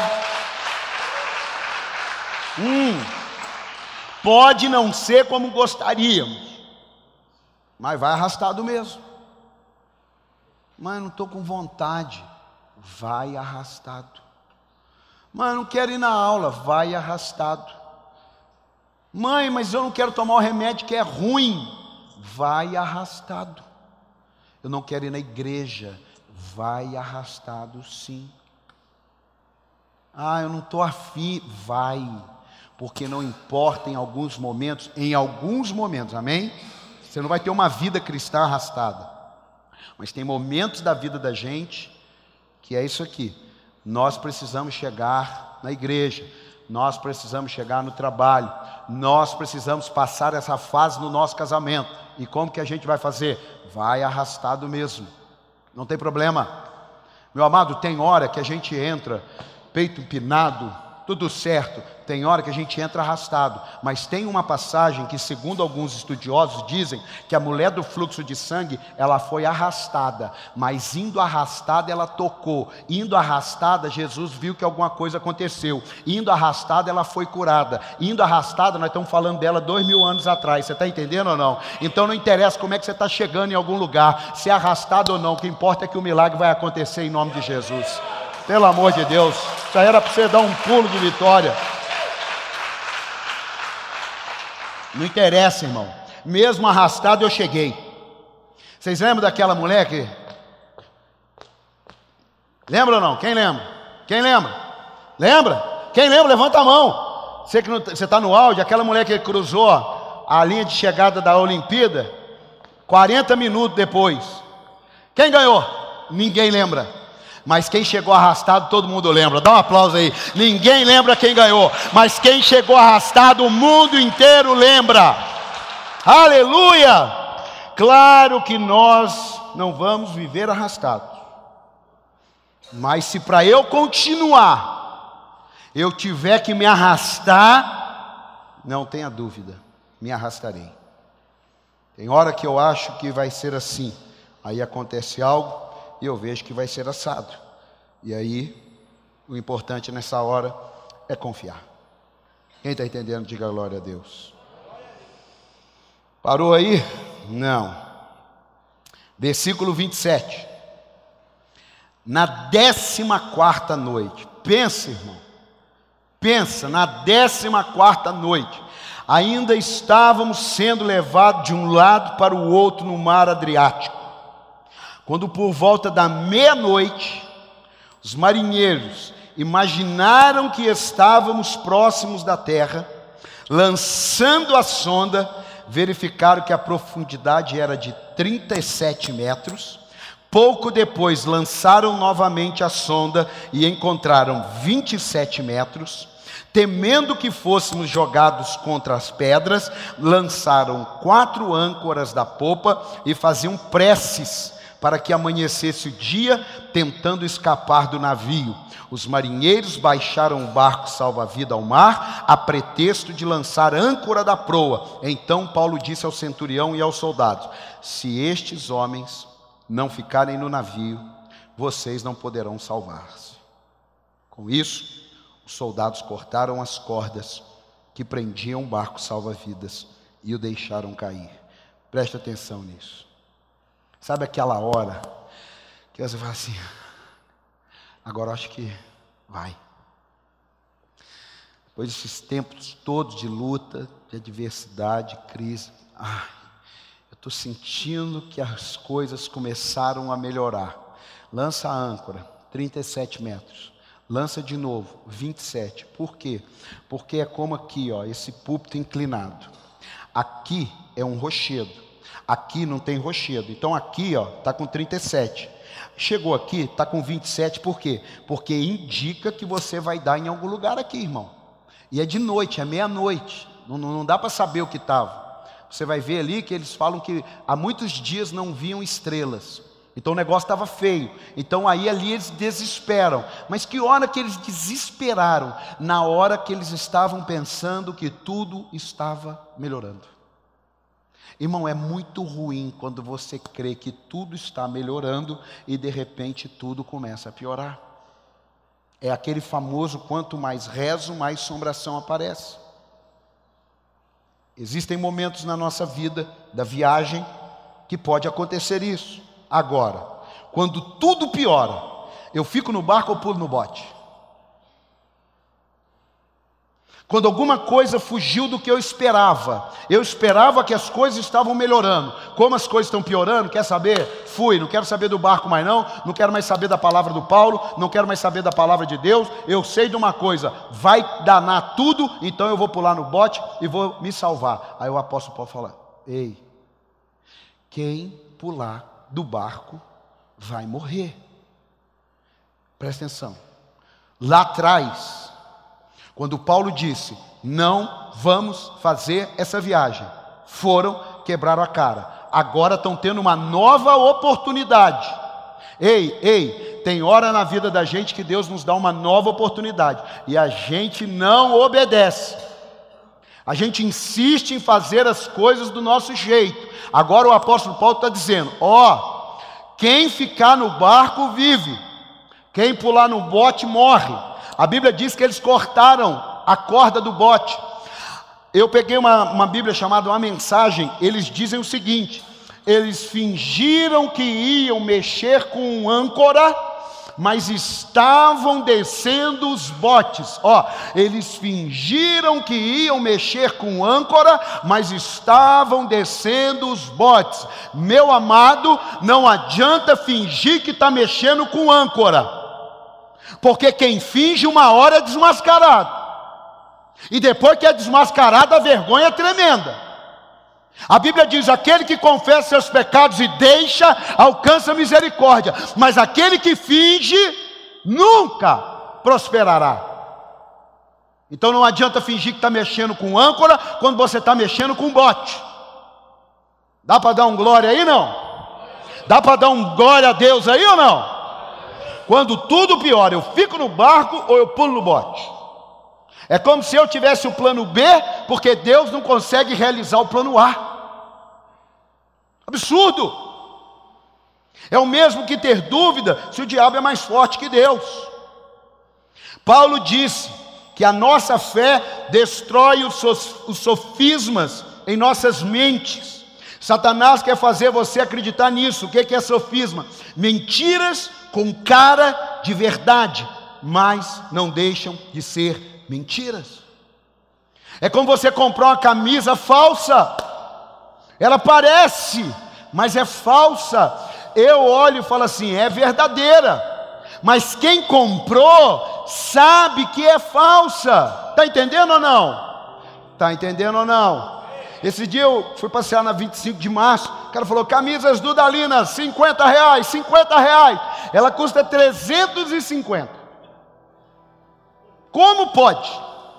Pode não ser como gostaríamos, mas vai arrastado mesmo. Mas não estou com vontade. Vai arrastado. Mãe, eu não quero ir na aula, vai arrastado. Mãe, mas eu não quero tomar o remédio que é ruim, vai arrastado. Eu não quero ir na igreja, vai arrastado sim. Eu não estou afim, vai. Porque não importa em alguns momentos, amém? Você não vai ter uma vida cristã arrastada. Mas tem momentos da vida da gente que é isso aqui. Nós precisamos chegar na igreja, nós precisamos chegar no trabalho, nós precisamos passar essa fase no nosso casamento. E como que a gente vai fazer? Vai arrastado mesmo, não tem problema. Meu amado, tem hora que a gente entra, peito empinado, tudo certo. Tem hora que a gente entra arrastado, mas tem uma passagem que, segundo alguns estudiosos, dizem que a mulher do fluxo de sangue, ela foi arrastada, mas indo arrastada ela tocou, indo arrastada Jesus viu que alguma coisa aconteceu, indo arrastada ela foi curada, indo arrastada nós estamos falando dela 2000 anos atrás, você está entendendo ou não? Então não interessa como é que você está chegando em algum lugar, se é arrastado ou não, o que importa é que o milagre vai acontecer em nome de Jesus. Pelo amor de Deus, isso aí era para você dar um pulo de vitória. Não interessa, irmão. Mesmo arrastado eu cheguei. Vocês lembram daquela mulher que... Lembra ou não? Quem lembra? Quem lembra? Lembra? Quem lembra? Levanta a mão. Você que está no áudio, aquela mulher que cruzou a linha de chegada da Olimpíada, 40 minutos depois. Quem ganhou? Ninguém lembra. Mas quem chegou arrastado, todo mundo lembra. Dá um aplauso aí. Ninguém lembra quem ganhou, mas quem chegou arrastado, o mundo inteiro lembra. Aleluia! Claro que nós não vamos viver arrastados. Mas se para eu continuar, eu tiver que me arrastar, não tenha dúvida, me arrastarei. Tem hora que eu acho que vai ser assim. Aí acontece algo e eu vejo que vai ser assado. E aí, o importante nessa hora é confiar. Quem está entendendo, diga glória a Deus. Parou aí? Não. Versículo 27. Na 14ª noite. Pensa, irmão. Pensa, na 14ª noite. Ainda estávamos sendo levados de um lado para o outro no mar Adriático. Quando por volta da meia-noite, os marinheiros imaginaram que estávamos próximos da terra, lançando a sonda, verificaram que a profundidade era de 37 metros. Pouco depois lançaram novamente a sonda e encontraram 27 metros. Temendo que fôssemos jogados contra as pedras, lançaram 4 âncoras da popa e faziam preces para que amanhecesse o dia, tentando escapar do navio. Os marinheiros baixaram o barco salva-vida ao mar, a pretexto de lançar âncora da proa. Então Paulo disse ao centurião e aos soldados: se estes homens não ficarem no navio, vocês não poderão salvar-se. Com isso, os soldados cortaram as cordas que prendiam o barco salva-vidas e o deixaram cair. Preste atenção nisso. Sabe aquela hora que você fala assim: agora eu acho que vai. Depois desses tempos todos de luta, de adversidade, crise, eu estou sentindo que as coisas começaram a melhorar. Lança a âncora, 37 metros. Lança de novo, 27. Por quê? Porque é como aqui, ó, esse púlpito inclinado. Aqui é um rochedo. Aqui não tem rochedo. Então aqui, ó, está com 37. Chegou aqui, está com 27. Por quê? Porque indica que você vai dar em algum lugar aqui, irmão. E é de noite, é meia-noite. Não dá para saber o que estava. Você vai ver ali que eles falam que há muitos dias não viam estrelas. Então o negócio estava feio. Então ali eles desesperam. Mas que hora que eles desesperaram? Na hora que eles estavam pensando que tudo estava melhorando. Irmão, é muito ruim quando você crê que tudo está melhorando e de repente tudo começa a piorar. É aquele famoso: quanto mais rezo, mais assombração aparece. Existem momentos na nossa vida, da viagem, que pode acontecer isso. Agora, quando tudo piora, eu fico no barco ou pulo no bote? Quando alguma coisa fugiu do que eu esperava que as coisas estavam melhorando. Como as coisas estão piorando, quer saber? Fui, não quero saber do barco mais não quero mais saber da palavra do Paulo, não quero mais saber da palavra de Deus. Eu sei de uma coisa: vai danar tudo, então eu vou pular no bote e vou me salvar. Aí o apóstolo Paulo fala: ei, quem pular do barco vai morrer. Presta atenção. Lá atrás, quando Paulo disse: não vamos fazer essa viagem, foram, quebraram a cara. Agora estão tendo uma nova oportunidade. Ei, tem hora na vida da gente que Deus nos dá uma nova oportunidade e a gente não obedece. A gente insiste em fazer as coisas do nosso jeito. Agora o apóstolo Paulo está dizendo: quem ficar no barco vive, quem pular no bote morre. A Bíblia diz que eles cortaram a corda do bote. Eu peguei uma Bíblia chamada Uma Mensagem. Eles dizem o seguinte: eles fingiram que iam mexer com âncora, mas estavam descendo os botes. Eles fingiram que iam mexer com âncora, mas estavam descendo os botes. Meu amado, não adianta fingir que está mexendo com âncora, porque quem finge uma hora é desmascarado. E depois que é desmascarado, a vergonha é tremenda. A Bíblia diz: aquele que confessa seus pecados e deixa, alcança misericórdia. Mas aquele que finge, nunca prosperará. Então não adianta fingir que está mexendo com âncora, quando você está mexendo com bote. Dá para dar um glória aí, não? Dá para dar um glória a Deus aí ou não? Quando tudo piora, eu fico no barco ou eu pulo no bote. É como se eu tivesse o plano B, porque Deus não consegue realizar o plano A. Absurdo! É o mesmo que ter dúvida se o diabo é mais forte que Deus. Paulo disse que a nossa fé destrói os sofismas em nossas mentes. Satanás quer fazer você acreditar nisso. O que é sofisma? Mentiras com cara de verdade, mas não deixam de ser mentiras. É como você comprar uma camisa falsa. Ela parece, mas é falsa. Eu olho e falo assim: é verdadeira. Mas quem comprou sabe que é falsa. Está entendendo ou não? Está entendendo ou não? Esse dia eu fui passear na 25 de março. O cara falou: camisas do Dalina, R$50, R$50. Ela custa 350. Como pode?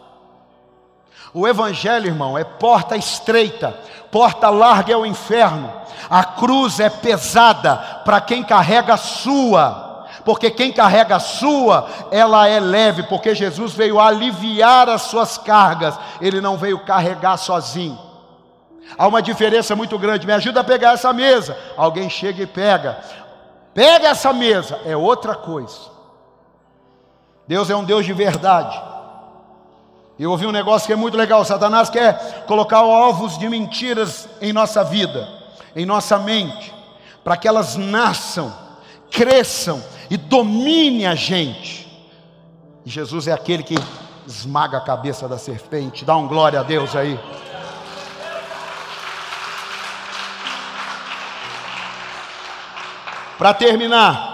O evangelho, irmão, é porta estreita, porta larga é o inferno. A cruz é pesada para quem carrega a sua, porque quem carrega a sua, ela é leve, porque Jesus veio aliviar as suas cargas, Ele não veio carregar sozinho. Há uma diferença muito grande. Me ajuda a pegar essa mesa. Alguém chega e pega essa mesa, é outra coisa. Deus é um Deus de verdade. Eu ouvi um negócio que é muito legal. Satanás quer colocar ovos de mentiras em nossa vida, em nossa mente, para que elas nasçam, cresçam e dominem a gente. E Jesus é aquele que esmaga a cabeça da serpente. Dá um glória a Deus aí. Para terminar,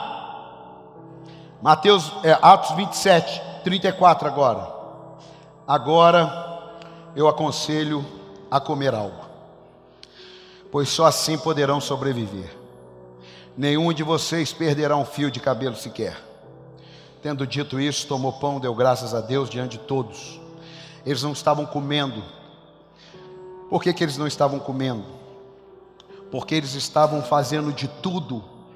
Atos 27, 34 agora. Agora eu aconselho a comer algo, pois só assim poderão sobreviver. Nenhum de vocês perderá um fio de cabelo sequer. Tendo dito isso, tomou pão, deu graças a Deus diante de todos. Eles não estavam comendo. Por que eles não estavam comendo? Porque eles estavam fazendo de tudo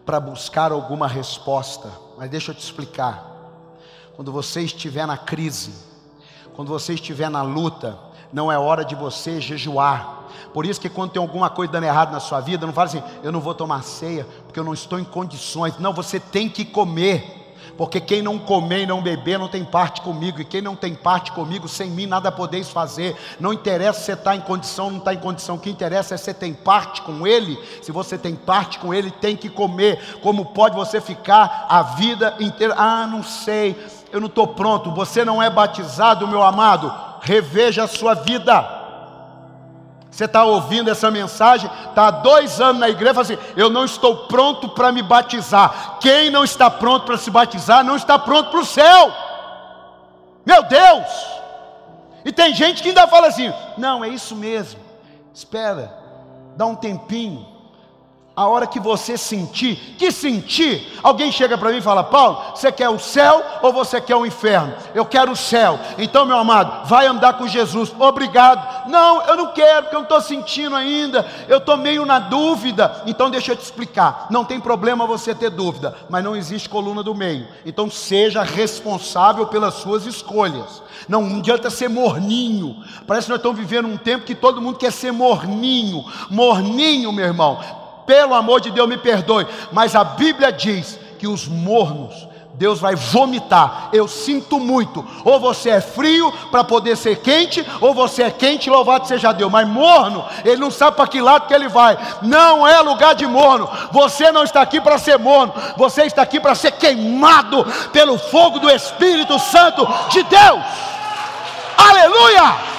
para buscar alguma resposta, mas deixa eu te explicar. Quando você estiver na crise, quando você estiver na luta, não é hora de você jejuar. Por isso que quando tem alguma coisa dando errado na sua vida, não fala assim, eu não vou tomar ceia, porque eu não estou em condições. Não, você tem que comer. Porque quem não comer e não beber não tem parte comigo. E quem não tem parte comigo, sem mim nada podeis fazer. Não interessa se você está em condição ou não está em condição. O que interessa é se você tem parte com Ele. Se você tem parte com Ele, tem que comer. Como pode você ficar a vida inteira? Ah, não sei, eu não estou pronto. Você não é batizado, meu amado. Reveja a sua vida. Você está ouvindo essa mensagem, está há 2 anos na igreja, fala assim, eu não estou pronto para me batizar. Quem não está pronto para se batizar, não está pronto para o céu. Meu Deus! E tem gente que ainda fala assim, não, é isso mesmo. Espera, dá um tempinho. A hora que você sentir, alguém chega para mim e fala, Paulo, você quer o céu ou você quer o inferno? Eu quero o céu. Então, meu amado, vai andar com Jesus. Obrigado. Não, eu não quero, porque eu não estou sentindo ainda, eu estou meio na dúvida. Então deixa eu te explicar, não tem problema você ter dúvida, mas não existe coluna do meio. Então seja responsável pelas suas escolhas. Não adianta ser morninho. Parece que nós estamos vivendo um tempo que todo mundo quer ser morninho. Morninho, meu irmão, pelo amor de Deus, me perdoe, mas a Bíblia diz que os mornos Deus vai vomitar. Eu sinto muito. Ou você é frio para poder ser quente, ou você é quente, louvado seja Deus. Mas morno, ele não sabe para que lado que ele vai. Não é lugar de morno. Você não está aqui para ser morno. Você está aqui para ser queimado pelo fogo do Espírito Santo de Deus. Aleluia!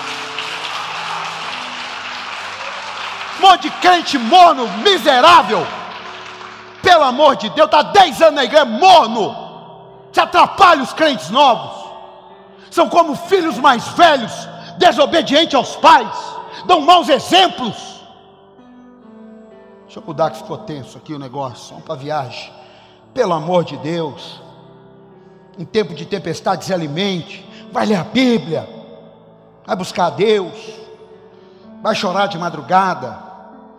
Um monte de crente morno, miserável. Pelo amor de Deus, está 10 anos na igreja, morno. Se atrapalha os crentes novos. São como filhos mais velhos, desobedientes aos pais, dão maus exemplos. Deixa eu mudar que ficou tenso aqui o negócio. Vamos para a viagem. Pelo amor de Deus, em tempo de tempestade se alimente. Vai ler a Bíblia, vai buscar a Deus, vai chorar de madrugada.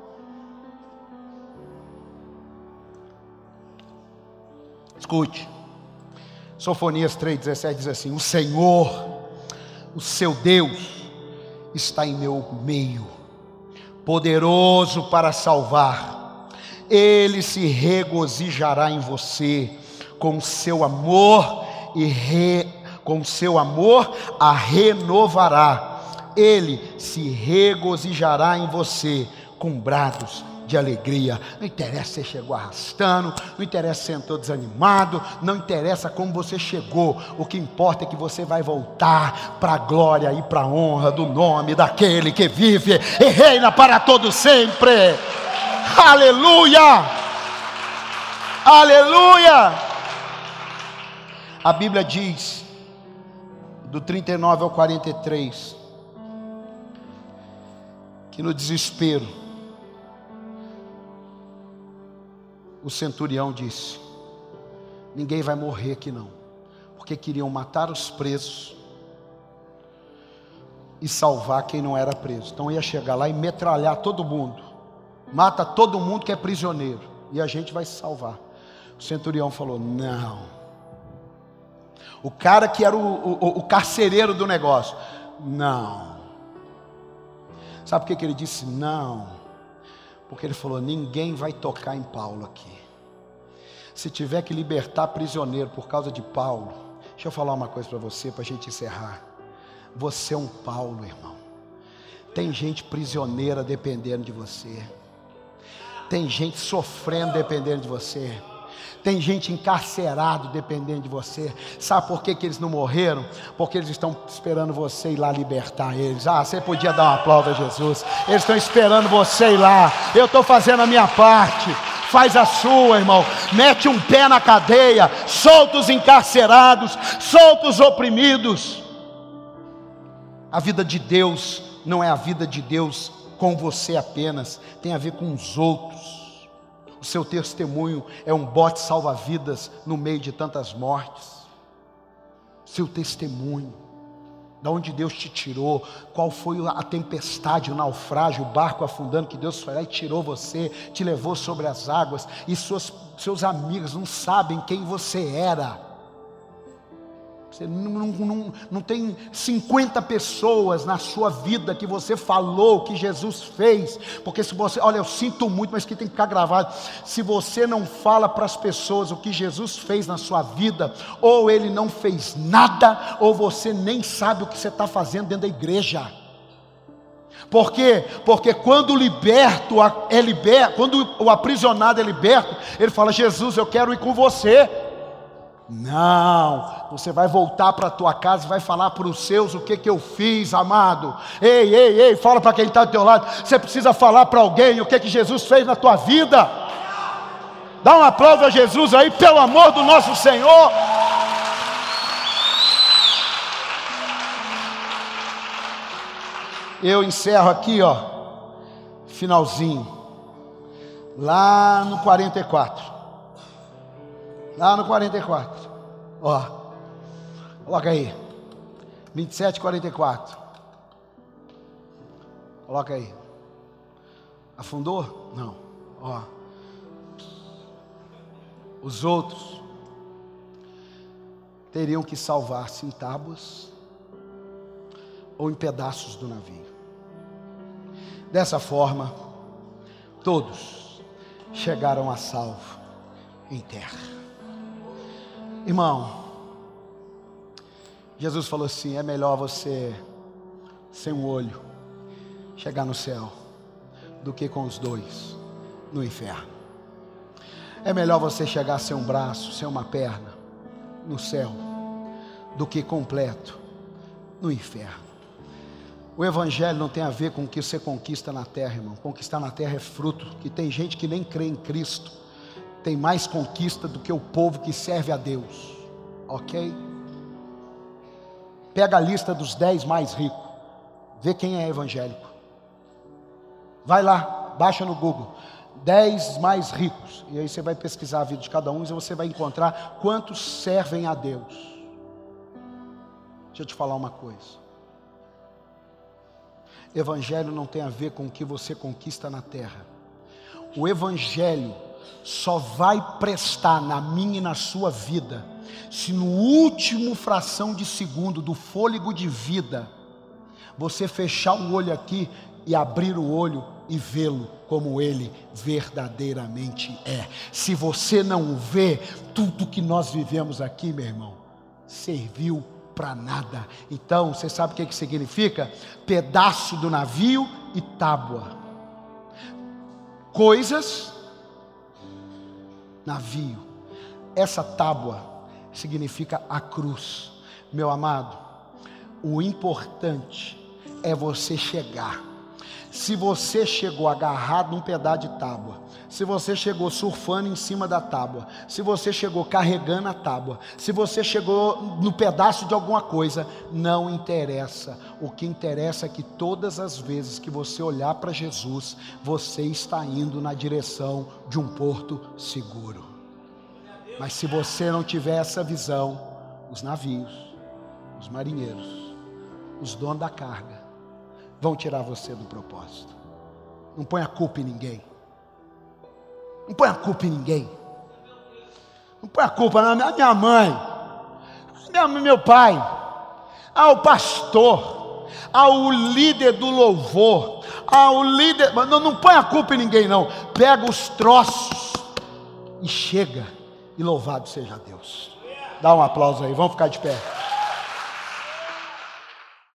Escute, Sofonias 3,17 diz assim: o Senhor, o seu Deus, está em meu meio, poderoso para salvar. Ele se regozijará em você, com seu amor com seu amor a renovará. Ele se regozijará em você com brados de alegria. Não interessa se você chegou arrastando, não interessa se você entrou desanimado, não interessa como você chegou. O que importa é que você vai voltar para a glória e para a honra do nome daquele que vive e reina para todo sempre. Aleluia! Aleluia! A Bíblia diz, do 39 ao 43, que no desespero, o centurião disse: ninguém vai morrer aqui não, porque queriam matar os presos e salvar quem não era preso. Então ia chegar lá e metralhar todo mundo, mata todo mundo que é prisioneiro, e a gente vai se salvar. O centurião falou: não. O cara que era o carcereiro do negócio: não. Sabe por que ele disse não? Porque ele falou: ninguém vai tocar em Paulo aqui. Se tiver que libertar prisioneiro por causa de Paulo, deixa eu falar uma coisa para você, para a gente encerrar. Você é um Paulo, irmão. Tem gente prisioneira dependendo de você. Tem gente sofrendo dependendo de você. Tem gente encarcerado dependendo de você. Sabe por que eles não morreram? Porque eles estão esperando você ir lá libertar eles. Ah, você podia dar um aplauso a Jesus. Eles estão esperando você ir lá. Eu estou fazendo a minha parte. Faz a sua, irmão. Mete um pé na cadeia. Solta os encarcerados. Solta os oprimidos. A vida de Deus não é a vida de Deus com você apenas. Tem a ver com os outros. O seu testemunho é um bote salva-vidas no meio de tantas mortes. Seu testemunho. Da onde Deus te tirou, qual foi a tempestade, o naufrágio, o barco afundando, que Deus foi lá e tirou você, te levou sobre as águas, e seus amigos não sabem quem você era. Você não tem 50 pessoas na sua vida que você falou que Jesus fez, porque se você, olha, eu sinto muito, mas que tem que ficar gravado, se você não fala para as pessoas o que Jesus fez na sua vida, ou Ele não fez nada, ou você nem sabe o que você está fazendo dentro da igreja. Por quê? Porque quando o liberto é liberto, quando o aprisionado é liberto, ele fala: Jesus, eu quero ir com você. Não, você vai voltar para a tua casa e vai falar para os seus o que eu fiz, amado. Ei, fala para quem está do teu lado. Você precisa falar para alguém o que Jesus fez na tua vida. Dá um aplauso a Jesus aí, pelo amor do nosso Senhor. Eu encerro aqui, ó, finalzinho, lá no 44. Lá no 44, ó, coloca aí, 27, 44, coloca aí, afundou? Não, ó, os outros teriam que salvar-se em tábuas ou em pedaços do navio. Dessa forma, todos chegaram a salvo em terra. Irmão, Jesus falou assim: é melhor você sem um olho chegar no céu do que com os dois no inferno. É melhor você chegar sem um braço, sem uma perna no céu do que completo no inferno. O evangelho não tem a ver com o que você conquista na terra, irmão. Conquistar na terra é fruto, que tem gente que nem crê em Cristo, tem mais conquista do que o povo que serve a Deus, ok? Pega a lista dos 10 mais ricos, vê quem é evangélico, vai lá, baixa no Google, 10 mais ricos, e aí você vai pesquisar a vida de cada um, e você vai encontrar quantos servem a Deus. Deixa eu te falar uma coisa, evangelho não tem a ver com o que você conquista na terra. O evangelho só vai prestar na minha e na sua vida se no último fração de segundo do fôlego de vida você fechar o olho aqui e abrir o olho e vê-lo como ele verdadeiramente é. Se você não vê, tudo que nós vivemos aqui, meu irmão, serviu para nada. Então, você sabe o que significa? Pedaço do navio e tábua. Coisas, navio. Essa tábua significa a cruz. Meu amado, o importante é você chegar. Se você chegou agarrado num pedaço de tábua, se você chegou surfando em cima da tábua, se você chegou carregando a tábua, se você chegou no pedaço de alguma coisa, não interessa. O que interessa é que todas as vezes que você olhar para Jesus, você está indo na direção de um porto seguro. Mas se você não tiver essa visão, os navios, os marinheiros, os donos da carga, vão tirar você do propósito. Não põe a culpa em ninguém. Não põe a culpa em ninguém. Não põe a culpa na minha mãe, meu pai, ao pastor, ao líder do louvor, ao líder. Não põe a culpa em ninguém, não. Pega os troços e chega. E louvado seja Deus. Dá um aplauso aí, vamos ficar de pé.